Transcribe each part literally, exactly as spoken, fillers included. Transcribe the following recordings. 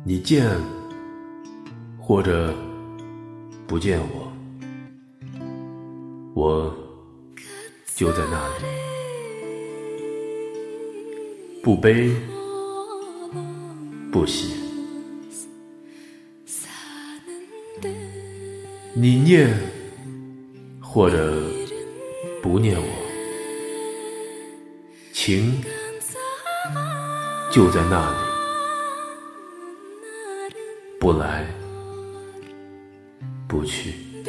你见或者不见我，我就在那里，不悲不喜。你念或者不念我，情就在那里，不来不去。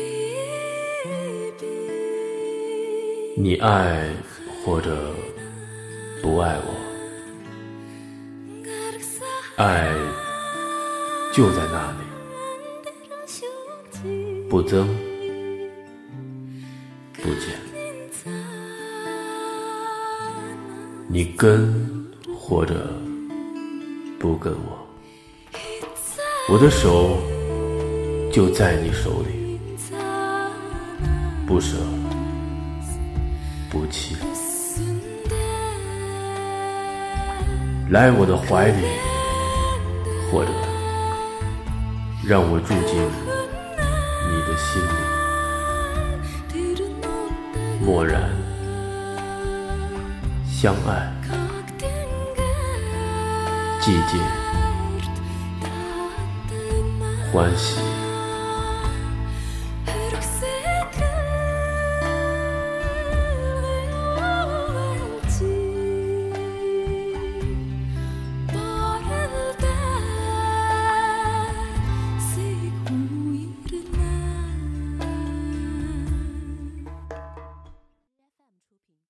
你爱或者不爱我，爱就在那里，不增不减。你跟或者不跟我，我的手就在你手里，不舍不弃。来我的怀里，或者让我住进你的心里，默然相爱，寂静欢喜。